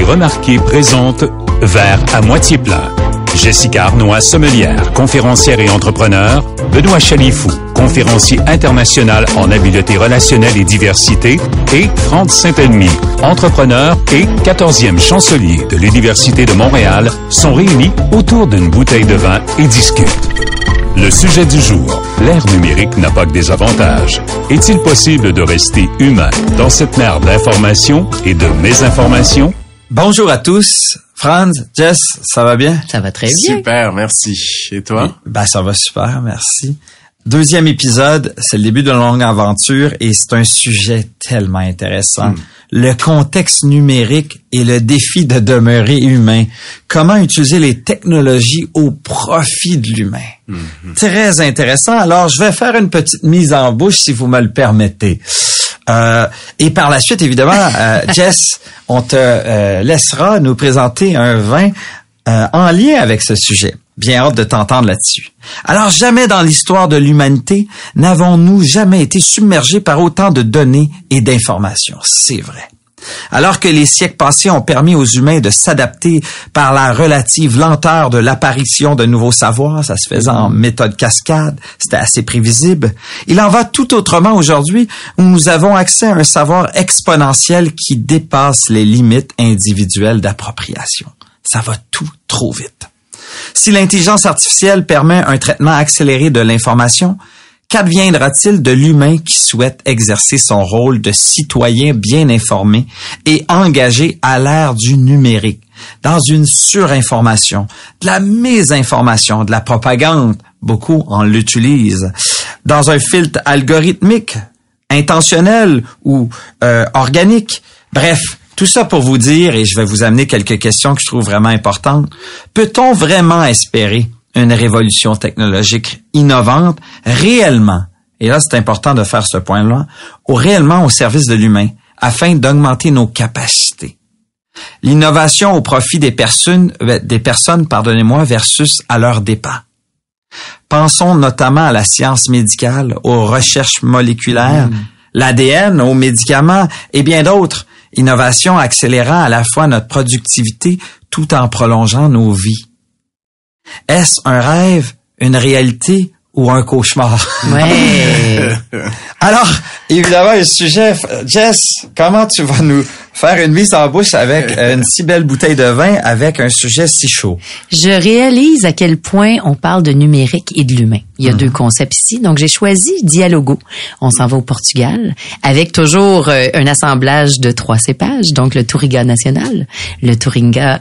Sommelier remarqué présente Verre à moitié plein. Jessica Arnois, sommelière, conférencière et entrepreneur. Benoît Chalifou, conférencier international en habileté relationnelle et diversité. Et Franck Saint-Elmy, entrepreneur et 14e chancelier de l'Université de Montréal, sont réunis autour d'une bouteille de vin et discutent. Le sujet du jour, l'ère numérique n'a pas que des avantages. Est-il possible de rester humain dans cette mer d'informations et de mésinformations? Bonjour à tous. Franz, Jess, ça va bien? Ça va très bien. Super, merci. Et toi? Ben, ça va super, merci. Deuxième épisode, c'est le début d'une longue aventure et c'est un sujet tellement intéressant. Le contexte numérique et le défi de demeurer humain. Comment utiliser les technologies au profit de l'humain. Très intéressant. Alors, je vais faire une petite mise en bouche si vous me le permettez. Et par la suite, évidemment, Jess, on te laissera nous présenter un vin en lien avec ce sujet. Bien hâte de t'entendre là-dessus. Alors, jamais dans l'histoire de l'humanité n'avons-nous jamais été submergés par autant de données et d'informations. C'est vrai. Alors que les siècles passés ont permis aux humains de s'adapter par la relative lenteur de l'apparition de nouveaux savoirs, ça se faisait en méthode cascade, c'était assez prévisible, il en va tout autrement aujourd'hui où nous avons accès à un savoir exponentiel qui dépasse les limites individuelles d'appropriation. Ça va tout trop vite. Si l'intelligence artificielle permet un traitement accéléré de l'information, qu'adviendra-t-il de l'humain qui souhaite exercer son rôle de citoyen bien informé et engagé à l'ère du numérique, dans une surinformation, de la mésinformation, de la propagande, beaucoup en l'utilisent, dans un filtre algorithmique, intentionnel ou organique, bref, tout ça pour vous dire, et je vais vous amener quelques questions que je trouve vraiment importantes, peut-on vraiment espérer une révolution technologique innovante réellement, et là c'est important de faire ce point-là, réellement au service de l'humain, afin d'augmenter nos capacités. L'innovation au profit des personnes, versus à leurs dépens. Pensons notamment à la science médicale, aux recherches moléculaires, l'ADN, aux médicaments et bien d'autres. Innovation accélérant à la fois notre productivité tout en prolongeant nos vies. Est-ce un rêve, une réalité ou un cauchemar? Ouais. Alors, évidemment, le sujet, Jess, comment tu vas nous faire une mise en bouche avec une si belle bouteille de vin avec un sujet si chaud? Je réalise à quel point on parle de numérique et de l'humain. Il y a deux concepts ici. Donc, j'ai choisi Dialogo. On s'en va au Portugal avec toujours un assemblage de 3 cépages. Donc, le Touriga Nacional, le Touriga,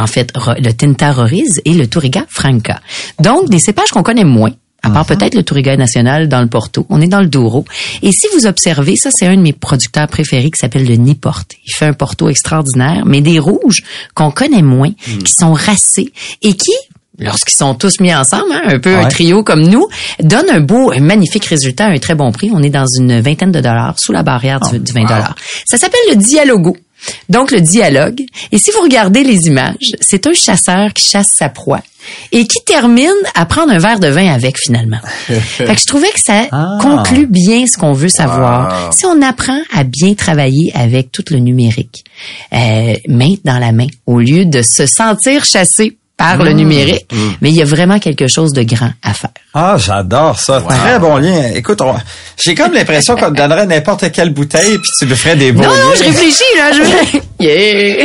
le Tinta Roriz et le Touriga Franca. Donc, des cépages qu'on connaît moins. À part peut-être le Touriga Nacional dans le Porto. On est dans le Douro. Et si vous observez, ça, c'est un de mes producteurs préférés qui s'appelle le Niporte. Il fait un Porto extraordinaire, mais des rouges qu'on connaît moins, qui sont racés et qui, lorsqu'ils sont tous mis ensemble, un peu un trio comme nous, donnent un magnifique résultat à un très bon prix. On est dans une vingtaine de dollars, sous la barrière du 20 $. Ça s'appelle le Dialogo. Donc, le dialogue. Et si vous regardez les images, c'est un chasseur qui chasse sa proie et qui termine à prendre un verre de vin avec, finalement. Fait que je trouvais que ça conclut bien ce qu'on veut savoir. Si on apprend à bien travailler avec tout le numérique, main dans la main, au lieu de se sentir chassé par le numérique, mais il y a vraiment quelque chose de grand à faire. Ah, j'adore ça. Très bon lien. Écoute, j'ai comme l'impression qu'on te donnerait n'importe quelle bouteille puis tu nous ferais des beaux Non, liens. je réfléchis, là. Yeah!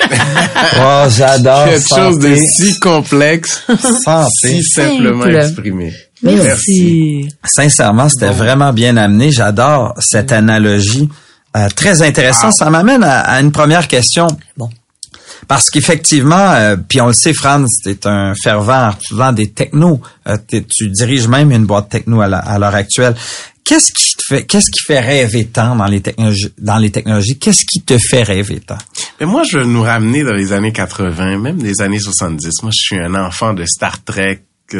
Oh, j'adore. Quelque chose de si complexe, si simplement Simple. exprimé. Merci. Sincèrement, c'était vraiment bien amené. J'adore cette analogie. Très intéressant. Ça m'amène à une première question. Bon. Parce qu'effectivement, puis on le sait, Franz, t'es un fervent artisan des technos. Tu diriges même une boîte techno à l'heure actuelle. Qu'est-ce qui fait rêver tant dans les technologies? Qu'est-ce qui te fait rêver tant? Mais moi, je veux nous ramener dans les années 80, même les années 70. Moi, je suis un enfant de Star Trek,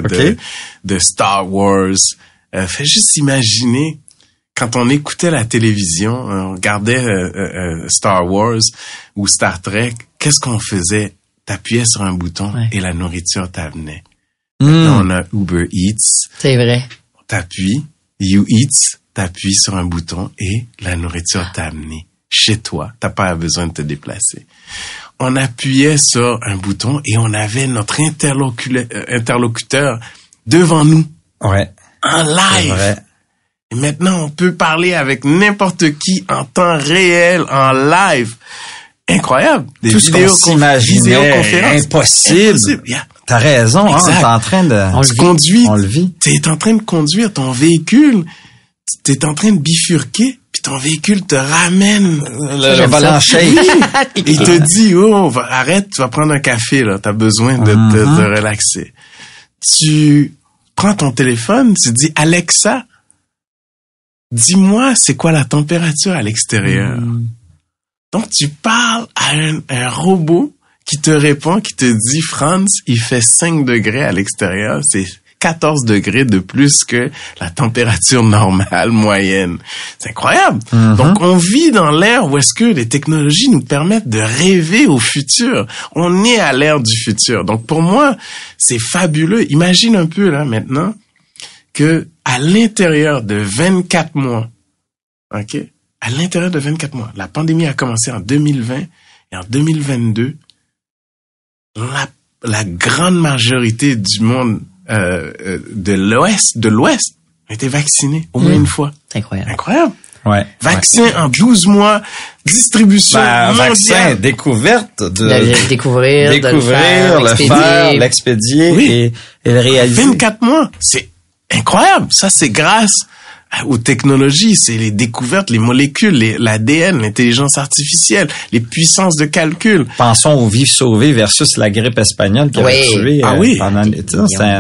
de Star Wars. Fais juste imaginer, quand on écoutait la télévision, on regardait Star Wars ou Star Trek, qu'est-ce qu'on faisait? T'appuyais sur un bouton et la nourriture t'amenait. Maintenant, on a Uber Eats. C'est vrai. On t'appuie, You Eats, t'appuies sur un bouton et la nourriture t'a amené chez toi. T'as pas besoin de te déplacer. on appuyait sur un bouton et on avait notre interlocuteur devant nous. Ouais. En live. Vrai. Et maintenant, on peut parler avec n'importe qui en temps réel, en live. Incroyable. Des tout ce qu'on s'imaginait impossible. Yeah. T'as raison, hein, t'es en train de... On le vit. T'es en train de conduire ton véhicule. T'es en train de bifurquer. Ton véhicule te ramène le volant shake. Il te dit, arrête, tu vas prendre un café, là. T'as besoin de te relaxer. Tu prends ton téléphone, tu dis, Alexa, dis-moi, c'est quoi la température à l'extérieur? Donc, tu parles à un robot qui te répond, qui te dit, Franz, il fait 5 degrés à l'extérieur. C'est 14 degrés de plus que la température normale moyenne. C'est incroyable. Donc, on vit dans l'ère où est-ce que les technologies nous permettent de rêver au futur. On est à l'ère du futur. Donc, pour moi, c'est fabuleux. Imagine un peu, là, maintenant, que à l'intérieur de 24 mois, OK? À l'intérieur de 24 mois, la pandémie a commencé en 2020 et en 2022, la grande majorité du monde de l'Ouest a été vacciné au moins une fois. C'est incroyable. Incroyable. Ouais. Vaccin en 12 mois, distribution mondiale. Vaccin, découverte de découvrir, le faire, l'expédier et le réaliser. 24 mois. C'est incroyable. Ça, c'est grâce aux technologies, c'est les découvertes, les molécules, l'ADN, l'intelligence artificielle, les puissances de calcul. Pensons aux vies sauvées versus la grippe espagnole qui avait tué pendant l'été.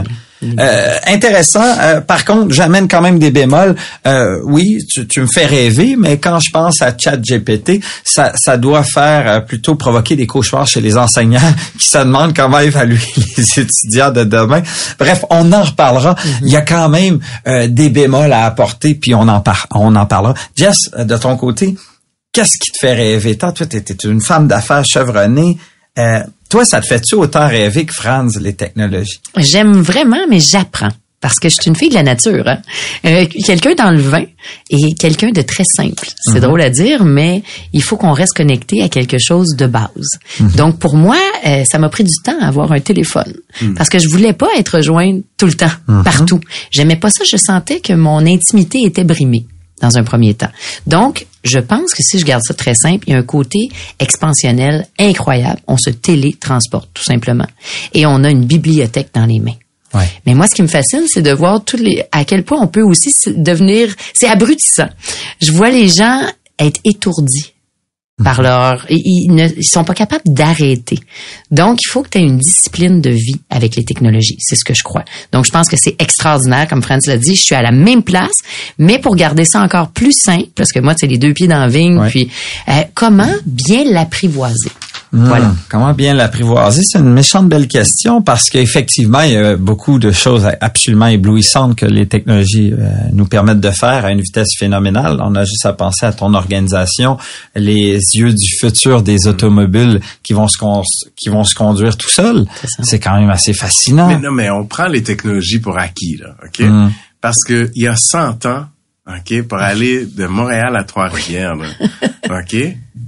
Intéressant. Par contre, j'amène quand même des bémols. Oui, tu me fais rêver, mais quand je pense à ChatGPT, ça doit faire plutôt provoquer des cauchemars chez les enseignants qui se demandent comment évaluer les étudiants de demain. Bref, on en reparlera. Il y a quand même des bémols à apporter, puis on en parlera. Jess, de ton côté, qu'est-ce qui te fait rêver? Toi, t'es une femme d'affaires chevronnée. Toi, ça te fait-tu autant rêver que Franz, les technologies? J'aime vraiment, mais j'apprends. Parce que je suis une fille de la nature. Hein? Quelqu'un dans le vin et quelqu'un de très simple. C'est drôle à dire, mais il faut qu'on reste connecté à quelque chose de base. Donc, pour moi, ça m'a pris du temps à avoir un téléphone. Parce que je voulais pas être rejointe tout le temps, partout. J'aimais pas ça. Je sentais que mon intimité était brimée dans un premier temps. Donc, je pense que si je garde ça très simple, il y a un côté expansionnel incroyable. On se télétransporte, tout simplement. Et on a une bibliothèque dans les mains. Ouais. Mais moi, ce qui me fascine, c'est de voir à quel point on peut aussi devenir, c'est abrutissant. Je vois les gens être étourdis par ils sont pas capables d'arrêter. Donc, il faut que tu aies une discipline de vie avec les technologies. C'est ce que je crois. Donc, je pense que c'est extraordinaire. Comme Franz l'a dit, je suis à la même place, mais pour garder ça encore plus simple, parce que moi, c'est les deux pieds dans la vigne, puis comment bien l'apprivoiser? Voilà. Comment bien l'apprivoiser? C'est une méchante belle question parce qu'effectivement, il y a beaucoup de choses absolument éblouissantes que les technologies nous permettent de faire à une vitesse phénoménale. On a juste à penser à ton organisation, les yeux du futur des automobiles qui vont se conduire tout seuls. C'est quand même assez fascinant. Mais non, mais on prend les technologies pour acquis, là, OK? Parce que il y a 100 ans, OK, pour aller de Montréal à Trois-Rivières, là, OK?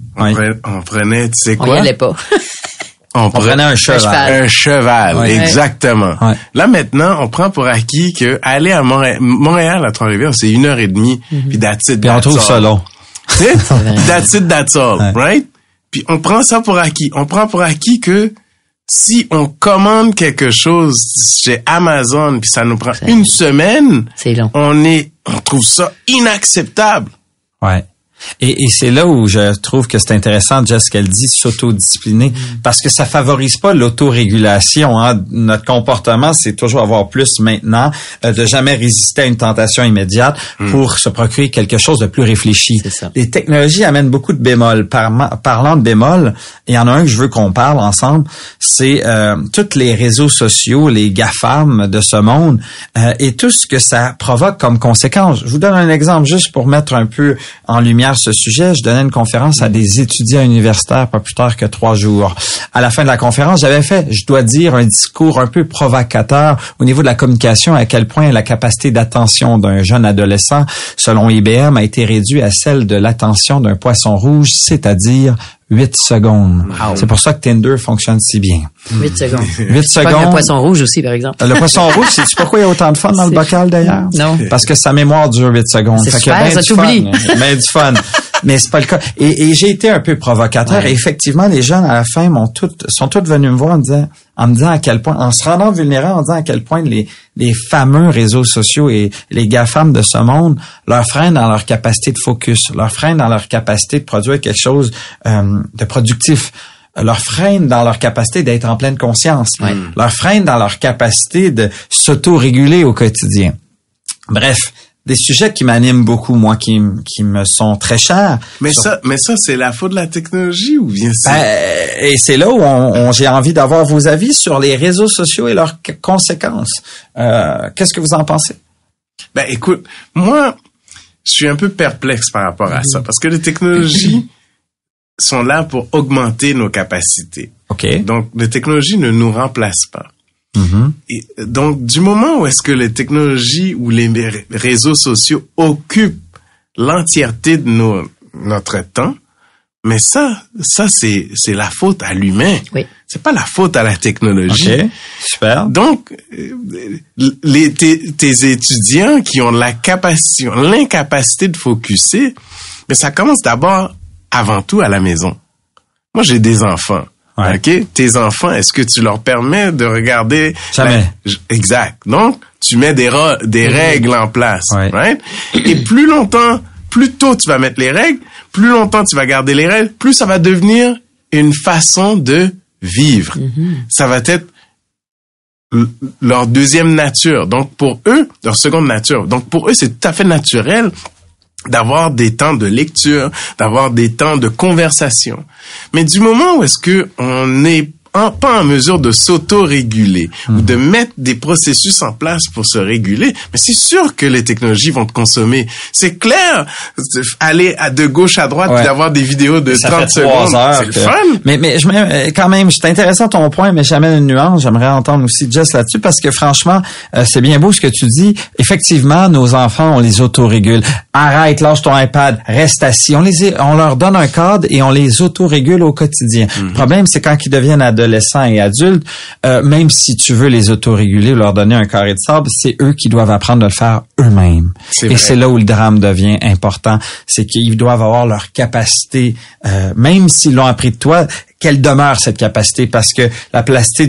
On prenait, tu sais quoi? On y allait pas. On prenait un cheval. Un cheval, exactement. Ouais. Là, maintenant, on prend pour acquis que aller à Montréal à Trois-Rivières, c'est 1h30, puis that's it, puis on trouve ça long. Tu sais? That's it, that's all, right? Puis on prend ça pour acquis. On prend pour acquis que si on commande quelque chose chez Amazon, puis ça nous prend une semaine, c'est long. On trouve ça inacceptable. Ouais. Et c'est là où je trouve que c'est intéressant, Jess, ce qu'elle dit, s'autodiscipliner, parce que ça favorise pas l'autorégulation. Hein. Notre comportement, c'est toujours avoir plus maintenant, de jamais résister à une tentation immédiate pour se procurer quelque chose de plus réfléchi. C'est ça. Les technologies amènent beaucoup de bémols. Parlant de bémols, il y en a un que je veux qu'on parle ensemble, c'est tous les réseaux sociaux, les GAFAM de ce monde, et tout ce que ça provoque comme conséquence. Je vous donne un exemple juste pour mettre un peu en lumière ce sujet. Je donnais une conférence à des étudiants universitaires pas plus tard que 3 jours. À la fin de la conférence, j'avais fait, je dois dire, un discours un peu provocateur au niveau de la communication, à quel point la capacité d'attention d'un jeune adolescent, selon IBM, a été réduite à celle de l'attention d'un poisson rouge, c'est-à-dire 8 secondes. Wow. C'est pour ça que Tinder fonctionne si bien. 8 secondes. 8 secondes. Le poisson rouge aussi, par exemple. Le poisson rouge, sais-tu pourquoi il y a autant de fun dans le bocal, d'ailleurs? Non. Parce que sa mémoire dure 8 secondes. C'est fait super, qu'il y a ça t'oublie. Ben du fun. Mais c'est pas le cas. Et j'ai été un peu provocateur. Ouais. Et effectivement, les jeunes, à la fin, sont tous venus me voir en me disant à quel point, en se rendant vulnérable, en disant à quel point les fameux réseaux sociaux et les GAFAM de ce monde leur freinent dans leur capacité de focus, leur freinent dans leur capacité de produire quelque chose de productif, leur freinent dans leur capacité d'être en pleine conscience, leur freinent dans leur capacité de s'auto-réguler au quotidien. Bref, des sujets qui m'animent beaucoup, moi, qui me sont très chers. Mais ça, c'est la faute de la technologie ou bien c'est... Et c'est là où j'ai envie d'avoir vos avis sur les réseaux sociaux et leurs conséquences. Qu'est-ce que vous en pensez? Ben, écoute, moi, je suis un peu perplexe par rapport à ça, parce que les technologies sont là pour augmenter nos capacités. OK. Donc, les technologies ne nous remplacent pas. Et donc, du moment où est-ce que les technologies ou les réseaux sociaux occupent l'entièreté de notre temps, mais ça c'est la faute à l'humain. Oui. C'est pas la faute à la technologie. OK. Super. Donc, tes étudiants qui ont l'incapacité de focusser, mais ça commence d'abord, avant tout, à la maison. Moi, j'ai des enfants. Ouais. OK? Tes enfants, est-ce que tu leur permets de regarder? Jamais. Exact. Donc, tu mets des règles en place. Ouais. Right? Et plus tôt tu vas mettre les règles, plus longtemps tu vas garder les règles, plus ça va devenir une façon de vivre. Ça va être leur deuxième nature. Donc, pour eux, leur seconde nature. Donc, pour eux, c'est tout à fait naturel d'avoir des temps de lecture, d'avoir des temps de conversation. Mais du moment où est-ce que on n'est pas en mesure de s'auto-réguler ou de mettre des processus en place pour se réguler, mais c'est sûr que les technologies vont te consommer. C'est clair, aller de gauche à droite puis d'avoir des vidéos de 30 secondes, c'est le fun. Mais quand même, c'est intéressant ton point, mais j'amène une nuance. J'aimerais entendre aussi Jess là-dessus parce que franchement, c'est bien beau ce que tu dis. Effectivement, nos enfants, on les autorégule. Arrête, lâche ton iPad, reste assis. On leur donne un cadre et on les autorégule au quotidien. Le problème, c'est quand ils deviennent adolescents et adultes, même si tu veux les autoréguler ou leur donner un carré de sable, c'est eux qui doivent apprendre de le faire eux-mêmes. Et c'est là où le drame devient important. C'est qu'ils doivent avoir leur capacité, même s'ils l'ont appris de toi, qu'elle demeure cette capacité parce que la plasticité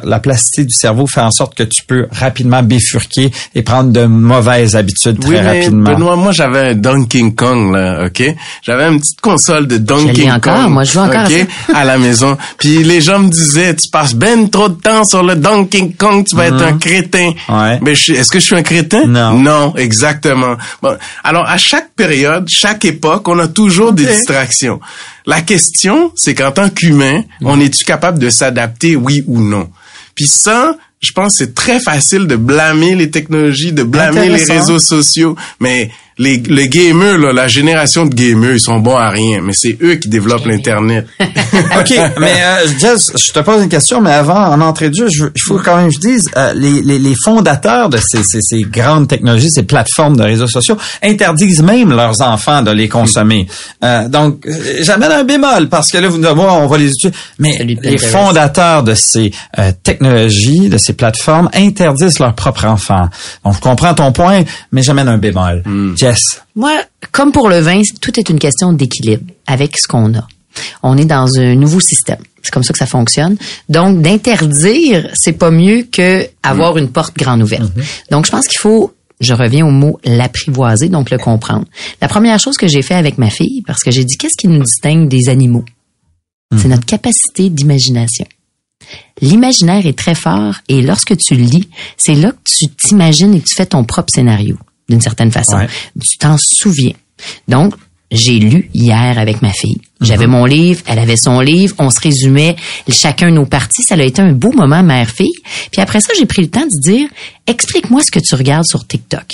du cerveau fait en sorte que tu peux rapidement bifurquer et prendre de mauvaises habitudes très rapidement. Benoît, moi j'avais un Donkey Kong là, OK? J'avais une petite console de Donkey Kong. Moi je joue encore OK, à la maison. Puis les gens me disaient tu passes ben trop de temps sur le Donkey Kong, tu vas être un crétin. Ouais. Mais est-ce que je suis un crétin? Non. Non, exactement. Bon, alors à chaque période, chaque époque, on a toujours des distractions. La question, c'est qu'en tant qu'humain, on est-tu capable de s'adapter, oui ou non? Puis ça, je pense que c'est très facile de blâmer les technologies, de blâmer les réseaux sociaux, mais les gamers, là, la génération de gamers, ils sont bons à rien, mais c'est eux qui développent l'Internet. OK, mais Jess, je te pose une question, mais avant, en entrée de jeu, il faut quand même que je dise, les fondateurs de ces grandes technologies, ces plateformes de réseaux sociaux, interdisent même leurs enfants de les consommer. Donc, j'amène un bémol, parce que là, vous devez voir, on va les utiliser, mais les fondateurs de ces technologies, de ces plateformes, interdisent leurs propres enfants. Donc, je comprends ton point, mais j'amène un bémol. Jess. Moi, comme pour le vin, tout est une question d'équilibre avec ce qu'on a. On est dans un nouveau système. C'est comme ça que ça fonctionne. Donc, d'interdire, c'est pas mieux que avoir une porte grande ouverte. Donc, je pense qu'il faut, je reviens au mot l'apprivoiser, donc le comprendre. La première chose que j'ai fait avec ma fille, parce que j'ai dit, qu'est-ce qui nous distingue des animaux? C'est notre capacité d'imagination. L'imaginaire est très fort et lorsque tu lis, c'est là que tu t'imagines et que tu fais ton propre scénario, d'une certaine façon. Ouais. Tu t'en souviens. Donc, j'ai lu hier avec ma fille. J'avais mon livre, elle avait son livre, on se résumait chacun nos parties. Ça a été un beau moment mère-fille. Puis après ça, j'ai pris le temps de dire, explique-moi ce que tu regardes sur TikTok.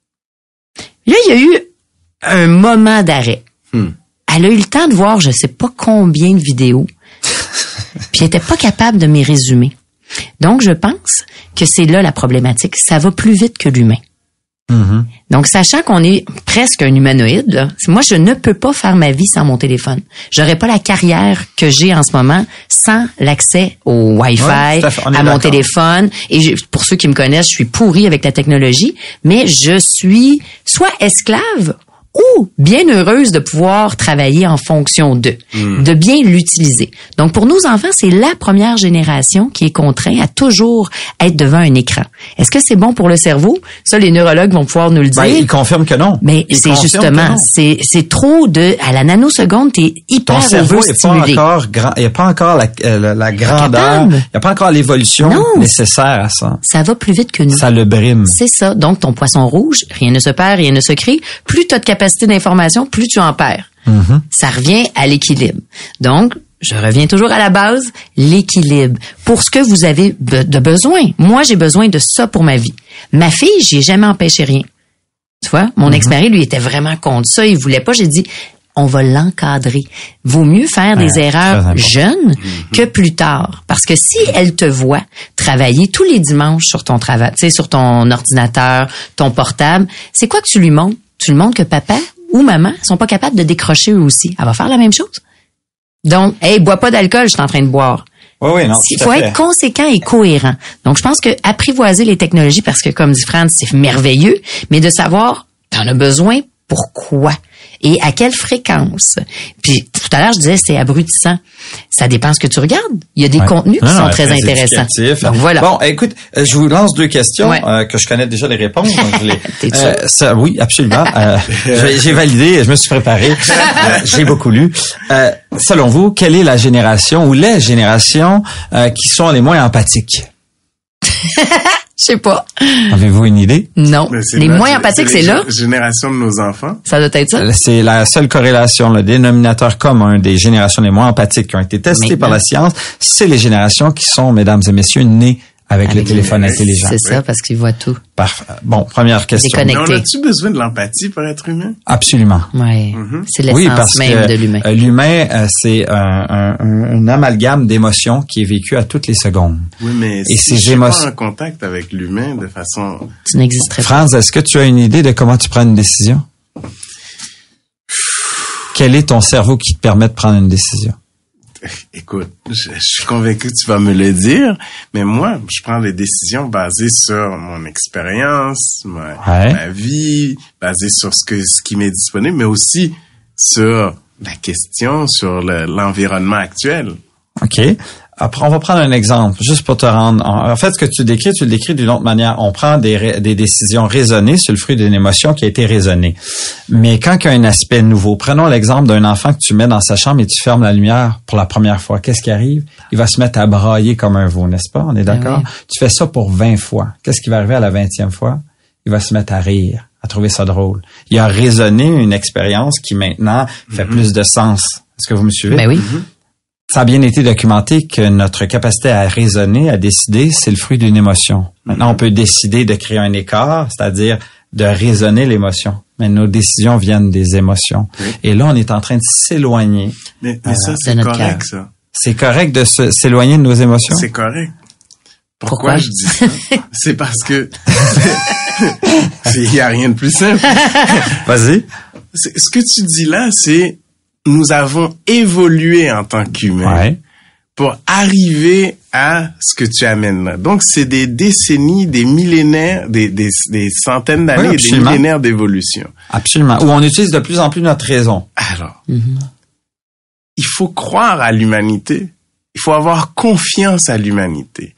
Là, il y a eu un moment d'arrêt. Elle a eu le temps de voir je sais pas combien de vidéos. Puis elle était pas capable de m'y résumer. Donc, je pense que c'est là la problématique. Ça va plus vite que l'humain. Mm-hmm. Donc, sachant qu'on est presque un humanoïde, là, moi, je ne peux pas faire ma vie sans mon téléphone. J'aurais pas la carrière que j'ai en ce moment sans l'accès au Wi-Fi, à mon téléphone. Et pour ceux qui me connaissent, je suis pourrie avec la technologie, mais je suis soit esclave ou bien heureuse de pouvoir travailler en fonction d'eux, de bien l'utiliser. Donc, pour nos enfants, c'est la première génération qui est contrainte à toujours être devant un écran. Est-ce que c'est bon pour le cerveau? Ça, les neurologues vont pouvoir nous le dire. Ils confirment que non. Mais c'est justement, c'est trop à la nanoseconde, t'es hyper overstimulé. Il n'y a pas encore la grandeur, il n'y a pas encore l'évolution nécessaire à ça. Ça va plus vite que nous. Ça le brime. C'est ça. Donc, ton poisson rouge, rien ne se perd, rien ne se crée. Plus tu as de capacité d'information, plus tu en perds. Mm-hmm. Ça revient à l'équilibre. Donc, je reviens toujours à la base, l'équilibre. Pour ce que vous avez de besoin. Moi, j'ai besoin de ça pour ma vie. Ma fille, j'ai jamais empêché rien. Tu vois, mon ex-mari, lui, était vraiment contre ça. Il voulait pas. J'ai dit, on va l'encadrer. Vaut mieux faire des erreurs jeunes que plus tard. Parce que si elle te voit travailler tous les dimanches sur ton travail, tu sais, sur ton ordinateur, ton portable, c'est quoi que tu lui montres? Tu lui montres que papa ou maman sont pas capables de décrocher eux aussi. Elle va faire la même chose. Donc, hey, bois pas d'alcool, je suis en train de boire. Oui, non. Il faut être conséquent et cohérent. Donc, je pense que apprivoiser les technologies, parce que comme dit Franz, c'est merveilleux, mais de savoir, t'en as besoin, pourquoi? Et à quelle fréquence? Puis, tout à l'heure, je disais, c'est abrutissant. Ça dépend ce que tu regardes. Il y a des contenus qui sont très intéressants. Donc, voilà. Bon, écoute, je vous lance 2 questions que je connais déjà les réponses. Donc T'es sûr? Oui, absolument. J'ai validé, je me suis préparé. J'ai beaucoup lu. Selon vous, quelle est la génération ou les générations qui sont les moins empathiques? Je sais pas. Avez-vous une idée? Non. Les moins empathiques, c'est là? Génération de nos enfants. Ça doit être ça? C'est la seule corrélation, le dénominateur commun des générations les moins empathiques qui ont été testées par la science. C'est les générations qui sont, mesdames et messieurs, nées avec le téléphone intelligent. C'est ça, parce qu'ils voient tout. Parfait. Bon, première question. Mais on a-tu besoin de l'empathie pour être humain? Absolument. Ouais. C'est l'essence même de l'humain. L'humain, c'est un amalgame d'émotions qui est vécu à toutes les secondes. Oui, mais et si je suis pas en contact avec l'humain de façon... Tu n'existerais pas. Franz, est-ce que tu as une idée de comment tu prends une décision? Quel est ton cerveau qui te permet de prendre une décision? Écoute, je suis convaincu que tu vas me le dire, mais moi, je prends des décisions basées sur mon expérience, ma vie, basées sur ce qui m'est disponible, mais aussi sur la question, sur l'environnement actuel. OK. Après, on va prendre un exemple, juste pour te rendre... En fait, ce que tu le décris d'une autre manière. On prend des décisions raisonnées sur le fruit d'une émotion qui a été raisonnée. Mais quand il y a un aspect nouveau, prenons l'exemple d'un enfant que tu mets dans sa chambre et tu fermes la lumière pour la première fois. Qu'est-ce qui arrive? Il va se mettre à brailler comme un veau, n'est-ce pas? On est d'accord? Oui. Tu fais ça pour 20 fois. Qu'est-ce qui va arriver à la 20e fois? Il va se mettre à rire, à trouver ça drôle. Il a raisonné une expérience qui maintenant fait plus de sens. Est-ce que vous me suivez? Ben oui. Ça a bien été documenté que notre capacité à raisonner, à décider, c'est le fruit d'une émotion. Maintenant, on peut décider de créer un écart, c'est-à-dire de raisonner l'émotion. Mais nos décisions viennent des émotions. Oui. Et là, on est en train de s'éloigner. Mais ça, c'est correct, ça. C'est correct de s'éloigner de nos émotions? C'est correct. Pourquoi je dis ça? C'est parce que il n'y a rien de plus simple. Vas-y. Ce que tu dis là, c'est nous avons évolué en tant qu'humains pour arriver à ce que tu amènes là. Donc, c'est des décennies, des millénaires, des centaines d'années, des millénaires d'évolution. Absolument. Où on utilise de plus en plus notre raison. Alors, il faut croire à l'humanité. Il faut avoir confiance à l'humanité.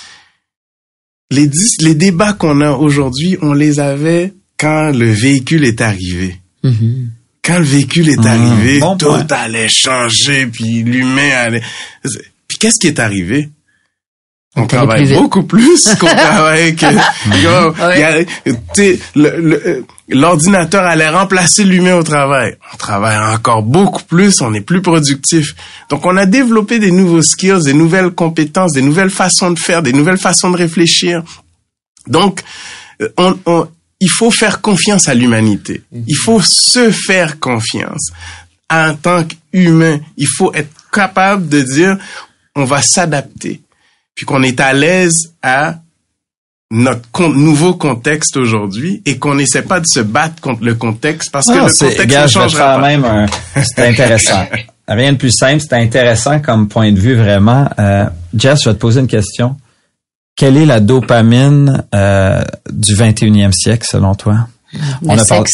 Les débats qu'on a aujourd'hui, on les avait quand le véhicule est arrivé. Quand le véhicule est arrivé, tout allait changer, puis l'humain allait... Puis qu'est-ce qui est arrivé? On travaille beaucoup plus qu'on travaille que... L'ordinateur allait remplacer l'humain au travail. On travaille encore beaucoup plus, on est plus productif. Donc, on a développé des nouveaux skills, des nouvelles compétences, des nouvelles façons de faire, des nouvelles façons de réfléchir. Donc, il faut faire confiance à l'humanité. Il faut se faire confiance. En tant qu'humain, il faut être capable de dire, on va s'adapter. Puis qu'on est à l'aise à nouveau contexte aujourd'hui et qu'on n'essaie pas de se battre contre le contexte parce que le contexte ne changera pas. C'est intéressant. Rien de plus simple, c'est intéressant comme point de vue vraiment. Jess, je vais te poser une question. Quelle est la dopamine du 21e siècle selon toi? Le sexe.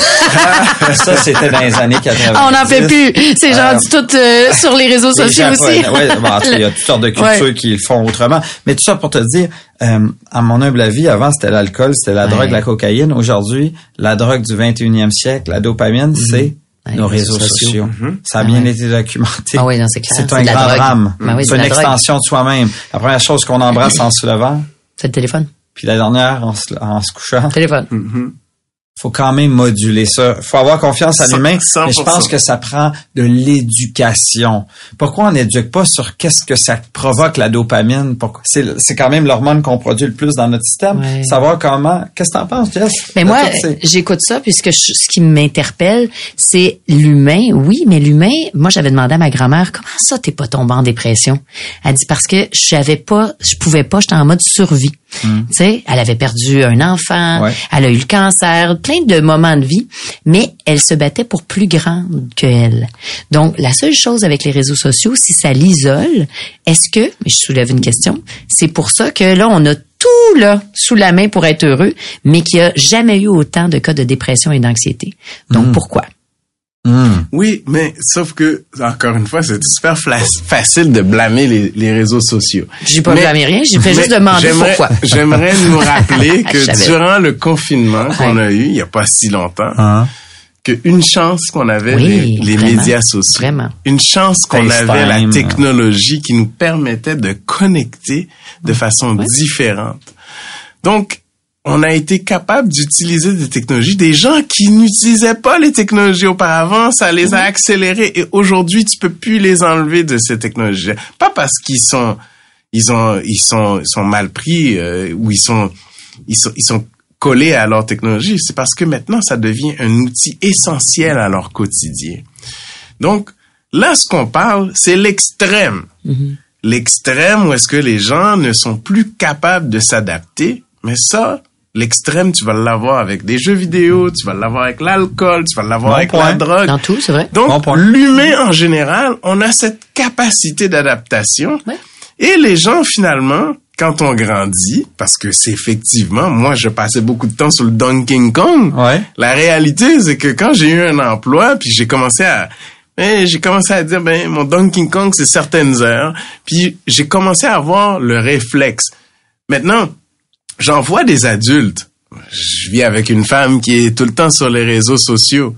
Ça, c'était dans les années 90. On n'en fait plus. C'est genre du tout sur les réseaux sociaux aussi. Il y a toutes sortes de cultures qui le font autrement. Mais tout ça pour te dire, à mon humble avis, avant, c'était l'alcool, c'était la drogue, la cocaïne. Aujourd'hui, la drogue du 21e siècle, la dopamine, c'est nos réseaux sociaux. Ça a bien été documenté. Ah oui, non, c'est clair. C'est un grand drame. C'est une extension drogue. de soi-même. La première chose qu'on embrasse en se levant. C'est le téléphone. Puis la dernière, en se couchant. Téléphone. Faut quand même moduler ça. Faut avoir confiance à l'humain, 100%. mais je pense que ça prend de l'éducation. Pourquoi on n'éduque pas sur qu'est-ce que ça provoque la dopamine? Pourquoi? C'est quand même l'hormone qu'on produit le plus dans notre système. Ouais. Savoir comment. Qu'est-ce que t'en penses, Jess? Mais moi, j'écoute ça puisque ce qui m'interpelle, c'est l'humain. Oui, mais l'humain, moi, j'avais demandé à ma grand-mère, comment ça t'es pas tombé en dépression? Elle dit parce que je pouvais pas, j'étais en mode survie. Tu sais, elle avait perdu un enfant, elle a eu le cancer, plein de moments de vie, mais elle se battait pour plus grande que elle. Donc, la seule chose avec les réseaux sociaux, si ça l'isole, est-ce que, je soulève une question, c'est pour ça que là, on a tout là sous la main pour être heureux, mais qu'il n'y a jamais eu autant de cas de dépression et d'anxiété. Donc, pourquoi? Oui, mais sauf que, encore une fois, c'est super facile de blâmer les réseaux sociaux. J'ai pas blâmé rien, j'ai fait juste demander pourquoi. J'aimerais nous rappeler que durant le confinement qu'on a eu, il y a pas si longtemps, qu'une chance qu'on avait les médias sociaux. Vraiment. Une chance qu'on avait la technologie qui nous permettait de connecter de façon différente. Donc, on a été capable d'utiliser des technologies. Des gens qui n'utilisaient pas les technologies auparavant, ça les a accélérés. Et aujourd'hui, tu peux plus les enlever de ces technologies. Pas parce qu'ils sont mal pris ou ils sont collés à leur technologie. C'est parce que maintenant, ça devient un outil essentiel à leur quotidien. Donc, là, ce qu'on parle, c'est l'extrême. L'extrême où est-ce que les gens ne sont plus capables de s'adapter. Mais ça, l'extrême, tu vas l'avoir avec des jeux vidéo, tu vas l'avoir avec l'alcool, tu vas l'avoir avec la drogue. Dans tout, c'est vrai. Donc, l'humain, en général, on a cette capacité d'adaptation. Et les gens, finalement, quand on grandit, parce que c'est effectivement, moi, je passais beaucoup de temps sur le Donkey Kong. La réalité, c'est que quand j'ai eu un emploi, puis j'ai commencé à dire, mon Donkey Kong, c'est certaines heures. Puis j'ai commencé à avoir le réflexe. Maintenant, j'en vois des adultes. Je vis avec une femme qui est tout le temps sur les réseaux sociaux.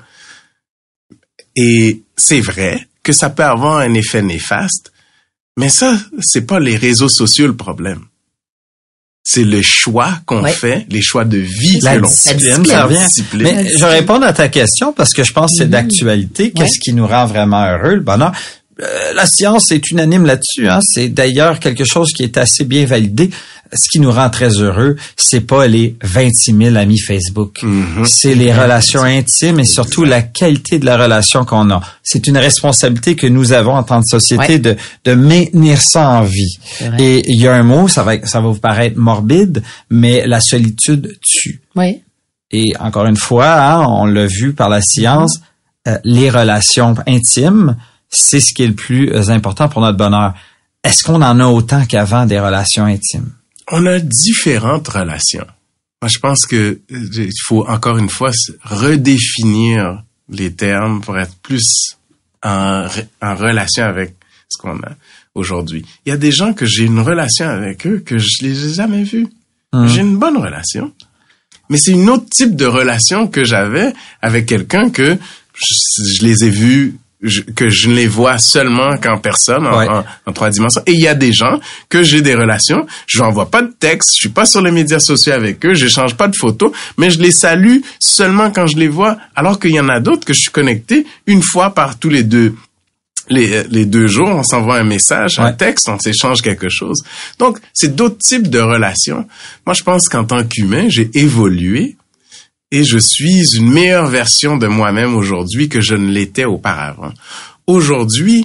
Et c'est vrai que ça peut avoir un effet néfaste, mais ça, c'est pas les réseaux sociaux le problème. C'est le choix qu'on fait, les choix de vie que l'on fait. Mais je réponds à ta question parce que je pense que c'est d'actualité. Qu'est-ce qui nous rend vraiment heureux, le bonheur? La science est unanime là-dessus. C'est d'ailleurs quelque chose qui est assez bien validé. Ce qui nous rend très heureux, c'est pas les 26 000 amis Facebook. C'est les relations intimes et surtout la qualité de la relation qu'on a. C'est une responsabilité que nous avons en tant que société de maintenir ça en vie. Et il y a un mot, ça va vous paraître morbide, mais la solitude tue. Et encore une fois, on l'a vu par la science, les relations intimes, c'est ce qui est le plus important pour notre bonheur. Est-ce qu'on en a autant qu'avant des relations intimes? On a différentes relations. Moi, je pense que il faut encore une fois redéfinir les termes pour être plus en relation avec ce qu'on a aujourd'hui. Il y a des gens que j'ai une relation avec eux que je les ai jamais vus. J'ai une bonne relation. Mais c'est une autre type de relation que j'avais avec quelqu'un que je les ai vus que je ne les vois seulement qu'en personne, en 3 dimensions. Et il y a des gens que j'ai des relations, je n'envoie pas de texte, je suis pas sur les médias sociaux avec eux, j'échange pas de photos, mais je les salue seulement quand je les vois, alors qu'il y en a d'autres que je suis connecté une fois par tous les 2 jours, on s'envoie un message, un texte, on s'échange quelque chose. Donc, c'est d'autres types de relations. Moi, je pense qu'en tant qu'humain, j'ai évolué. Et je suis une meilleure version de moi-même aujourd'hui que je ne l'étais auparavant. Aujourd'hui,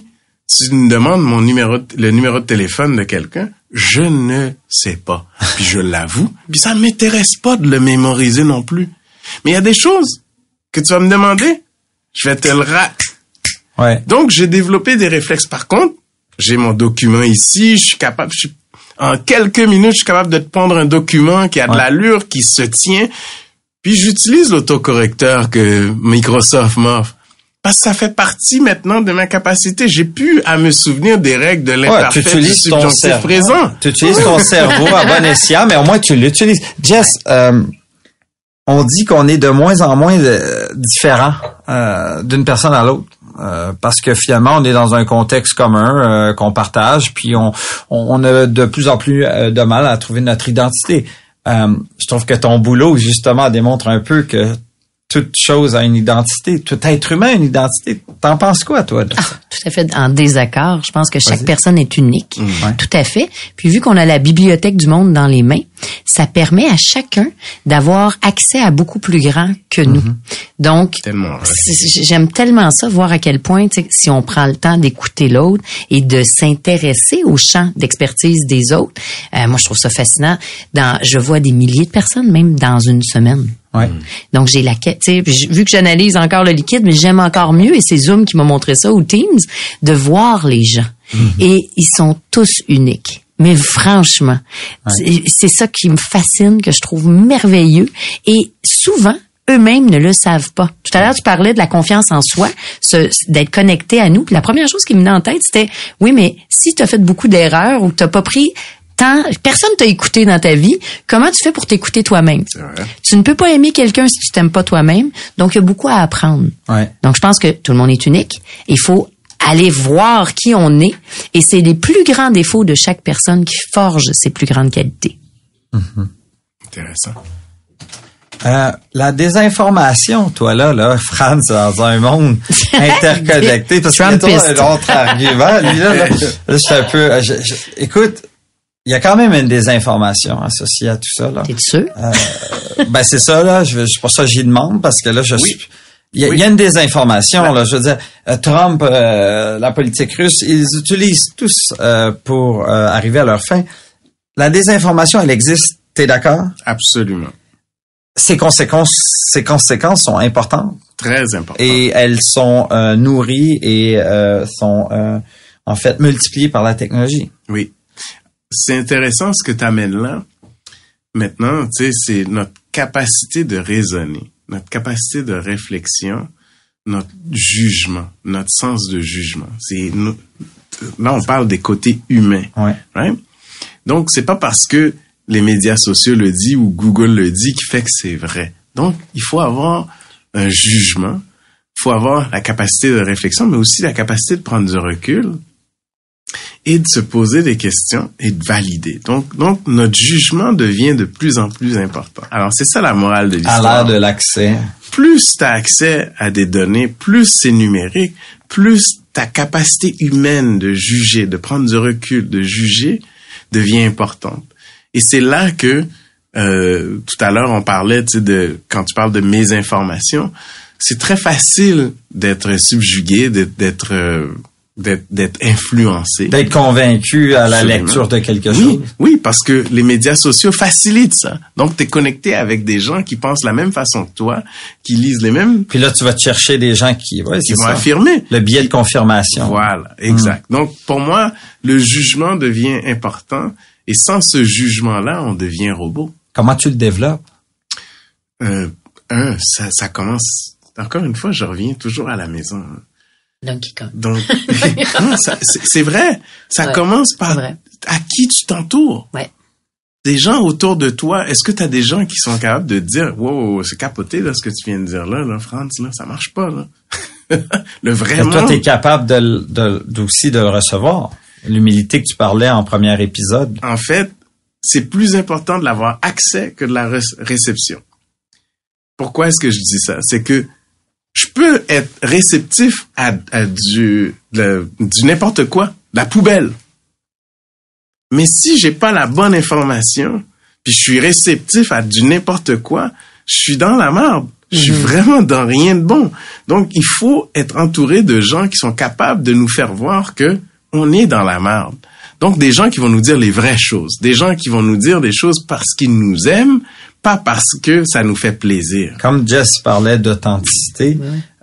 tu me demandes le numéro de téléphone de quelqu'un, je ne sais pas. Puis je l'avoue. Puis ça m'intéresse pas de le mémoriser non plus. Mais il y a des choses que tu vas me demander, je vais te le Ouais. Donc, j'ai développé des réflexes. Par contre, j'ai mon document ici, en quelques minutes, je suis capable de te prendre un document qui a de l'allure, qui se tient, puis j'utilise l'autocorrecteur que Microsoft m'offre. Parce que ça fait partie maintenant de ma capacité. J'ai plus à me souvenir des règles de l'imparfait du subjonctif présent. Tu utilises ton cerveau à bon escient, mais au moins tu l'utilises. Jess, on dit qu'on est de moins en moins différent d'une personne à l'autre. Parce que finalement, on est dans un contexte commun qu'on partage, puis on a de plus en plus de mal à trouver notre identité. Je trouve que ton boulot, justement, démontre un peu que toute chose a une identité, tout être humain a une identité. T'en penses quoi, toi? De ça? Tout à fait en désaccord. Je pense que chaque personne est unique. Ouais. Tout à fait. Puis vu qu'on a la bibliothèque du monde dans les mains, ça permet à chacun d'avoir accès à beaucoup plus grand que nous. Donc, j'aime tellement ça, voir à quel point, si on prend le temps d'écouter l'autre et de s'intéresser au champ d'expertise des autres, moi, je trouve ça fascinant. Je vois des milliers de personnes, même dans une semaine. Ouais. Donc, j'ai vu que j'analyse encore le liquide, mais j'aime encore mieux, et c'est Zoom qui m'a montré ça, ou Teams, de voir les gens. Et ils sont tous uniques. Mais franchement, c'est ça qui me fascine, que je trouve merveilleux. Et souvent, eux-mêmes ne le savent pas. Tout à l'heure, tu parlais de la confiance en soi, d'être connecté à nous. Puis la première chose qui me venait en tête, c'était, oui, mais si tu as fait beaucoup d'erreurs ou que tu n'as pas pris personne t'a écouté dans ta vie, comment tu fais pour t'écouter toi-même? Tu ne peux pas aimer quelqu'un si tu t'aimes pas toi-même. Donc, il y a beaucoup à apprendre. Ouais. Donc, je pense que tout le monde est unique. Il faut aller voir qui on est. Et c'est les plus grands défauts de chaque personne qui forgent ses plus grandes qualités. Intéressant. La désinformation, toi là, Franz, dans un monde interconnecté, parce que toi, un autre argument, lui, là, je suis un peu, écoute, il y a quand même une désinformation associée à tout ça, là. T'es sûr? Ben, c'est ça, là, c'est pour ça que j'y demande, parce que là, il y a une désinformation, là, je veux dire, Trump, la politique russe, ils utilisent tous, pour, arriver à leur fin. La désinformation, elle existe, t'es d'accord? Absolument. Ses conséquences sont importantes. Très importantes. Et elles sont nourries et sont en fait multipliées par la technologie. Oui. C'est intéressant ce que tu amènes là. Maintenant, tu sais, c'est notre capacité de raisonner, notre capacité de réflexion, notre jugement, notre sens de jugement. Là, on parle des côtés humains. Ouais. Right? Donc, c'est pas parce que les médias sociaux le disent ou Google le dit qui fait que c'est vrai. Donc, il faut avoir un jugement, il faut avoir la capacité de réflexion, mais aussi la capacité de prendre du recul et de se poser des questions et de valider. Donc notre jugement devient de plus en plus important. Alors, c'est ça la morale de l'histoire. À l'ère de l'accès. Plus tu as accès à des données, plus c'est numérique, plus ta capacité humaine de juger, de prendre du recul, de juger, devient importante. Et c'est là que, tout à l'heure, on parlait, tu sais, quand tu parles de mésinformation, c'est très facile d'être subjugué, d'être influencé. D'être convaincu à la lecture de quelque chose. Oui, parce que les médias sociaux facilitent ça. Donc, tu es connecté avec des gens qui pensent la même façon que toi, qui lisent les mêmes... Puis là, tu vas te chercher des gens qui vont affirmer. Le biais de confirmation. Voilà, exact. Donc, pour moi, le jugement devient important. Et sans ce jugement-là, on devient robot. Comment tu le développes? Ça commence... Encore une fois, je reviens toujours à la maison. Donkey Kong. Donc, non, c'est vrai. Ça commence par à qui tu t'entoures. Ouais. Des gens autour de toi. Est-ce que tu as des gens qui sont capables de dire, wow, c'est capoté là ce que tu viens de dire là, Franz, là, ça marche pas là. Le vrai monde. Toi, t'es capable aussi de le recevoir. L'humilité que tu parlais en premier épisode. En fait, c'est plus important de l'avoir accès que de la réception. Pourquoi est-ce que je dis ça? C'est que je peux être réceptif à du n'importe quoi, de la poubelle. Mais si j'ai pas la bonne information, puis je suis réceptif à du n'importe quoi, je suis dans la merde. Je suis vraiment dans rien de bon. Donc, il faut être entouré de gens qui sont capables de nous faire voir que on est dans la merde. Donc, des gens qui vont nous dire les vraies choses. Des gens qui vont nous dire des choses parce qu'ils nous aiment, pas parce que ça nous fait plaisir. Comme Jess parlait d'authenticité,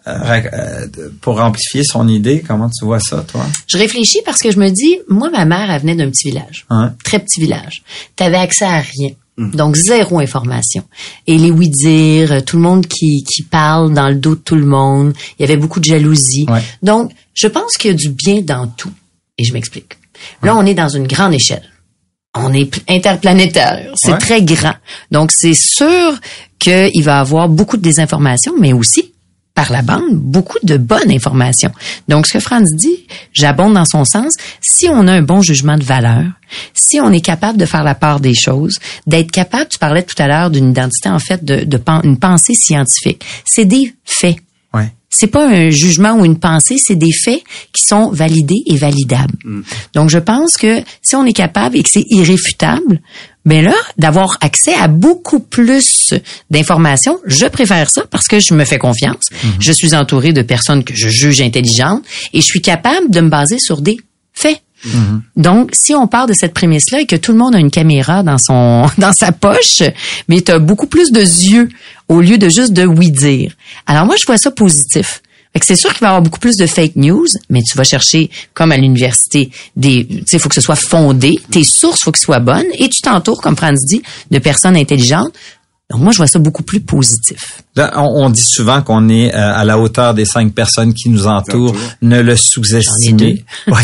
pour amplifier son idée, comment tu vois ça, toi? Je réfléchis parce que je me dis, moi, ma mère, elle venait d'un petit village. Très petit village. T'avais accès à rien. Donc, zéro information. Et les oui-dire, tout le monde qui parle dans le dos de tout le monde. Il y avait beaucoup de jalousie. Ouais. Donc, je pense qu'il y a du bien dans tout. Et je m'explique. Là, on est dans une grande échelle. On est interplanétaire. C'est très grand. Donc, c'est sûr qu'il va y avoir beaucoup de désinformation, mais aussi, par la bande, beaucoup de bonnes informations. Donc, ce que Franz dit, j'abonde dans son sens. Si on a un bon jugement de valeur, si on est capable de faire la part des choses, d'être capable, tu parlais tout à l'heure d'une identité, en fait, une pensée scientifique. C'est des faits. Ouais. C'est pas un jugement ou une pensée, c'est des faits qui sont validés et validables. Donc, je pense que si on est capable et que c'est irréfutable, ben là, d'avoir accès à beaucoup plus d'informations, je préfère ça parce que je me fais confiance. Je suis entouré de personnes que je juge intelligentes et je suis capable de me baser sur des faits. Donc, si on part de cette prémisse-là et que tout le monde a une caméra dans sa poche, mais tu as beaucoup plus de yeux au lieu de juste de oui-dire. Alors moi, je vois ça positif. Fait que c'est sûr qu'il va y avoir beaucoup plus de fake news, mais tu vas chercher, comme à l'université, tu sais, faut que ce soit fondé, tes sources, faut qu'elles soient bonnes, et tu t'entoures, comme Franz dit, de personnes intelligentes. Donc moi, je vois ça beaucoup plus positif. Là, on dit souvent qu'on est à la hauteur des 5 personnes qui nous entourent. Ne le sous-estimez.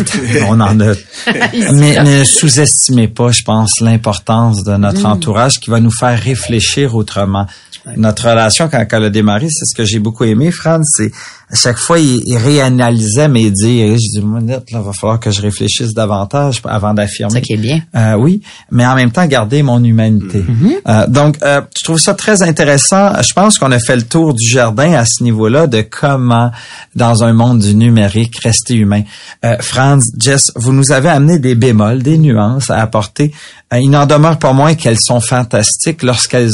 On en a. mais ne sous-estimez pas, je pense, l'importance de notre entourage qui va nous faire réfléchir autrement. Notre relation, quand elle a démarré, c'est ce que j'ai beaucoup aimé, Franz, c'est à chaque fois, il réanalysait mes dires. Je dis, là, va falloir que je réfléchisse davantage avant d'affirmer. Ça qui est bien. Oui, mais en même temps, garder mon humanité. Donc, je trouve ça très intéressant. Je pense qu'on a fait le tour du jardin à ce niveau-là de comment, dans un monde du numérique, rester humain. Franz, Jess, vous nous avez amené des bémols, des nuances à apporter. Il n'en demeure pas moins qu'elles sont fantastiques lorsqu'elles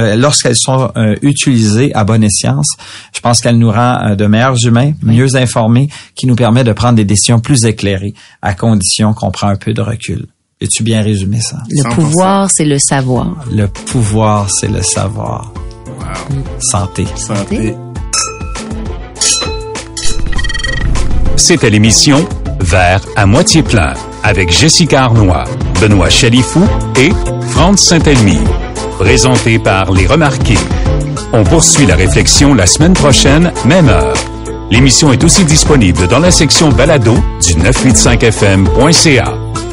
sont utilisées à bon escient. Je pense qu'elles nous rend de meilleurs humains, mieux informés, qui nous permet de prendre des décisions plus éclairées, à condition qu'on prend un peu de recul. As-tu bien résumé ça? Le 100%. Pouvoir, c'est le savoir. Le pouvoir, c'est le savoir. Wow. Santé. Santé. C'était l'émission Verre à moitié plein avec Jessica Arnois, Benoît Chalifou et Franz Saint-Elmy. Présenté par Les Remarqués. On poursuit la réflexion la semaine prochaine, même heure. L'émission est aussi disponible dans la section balado du 985fm.ca.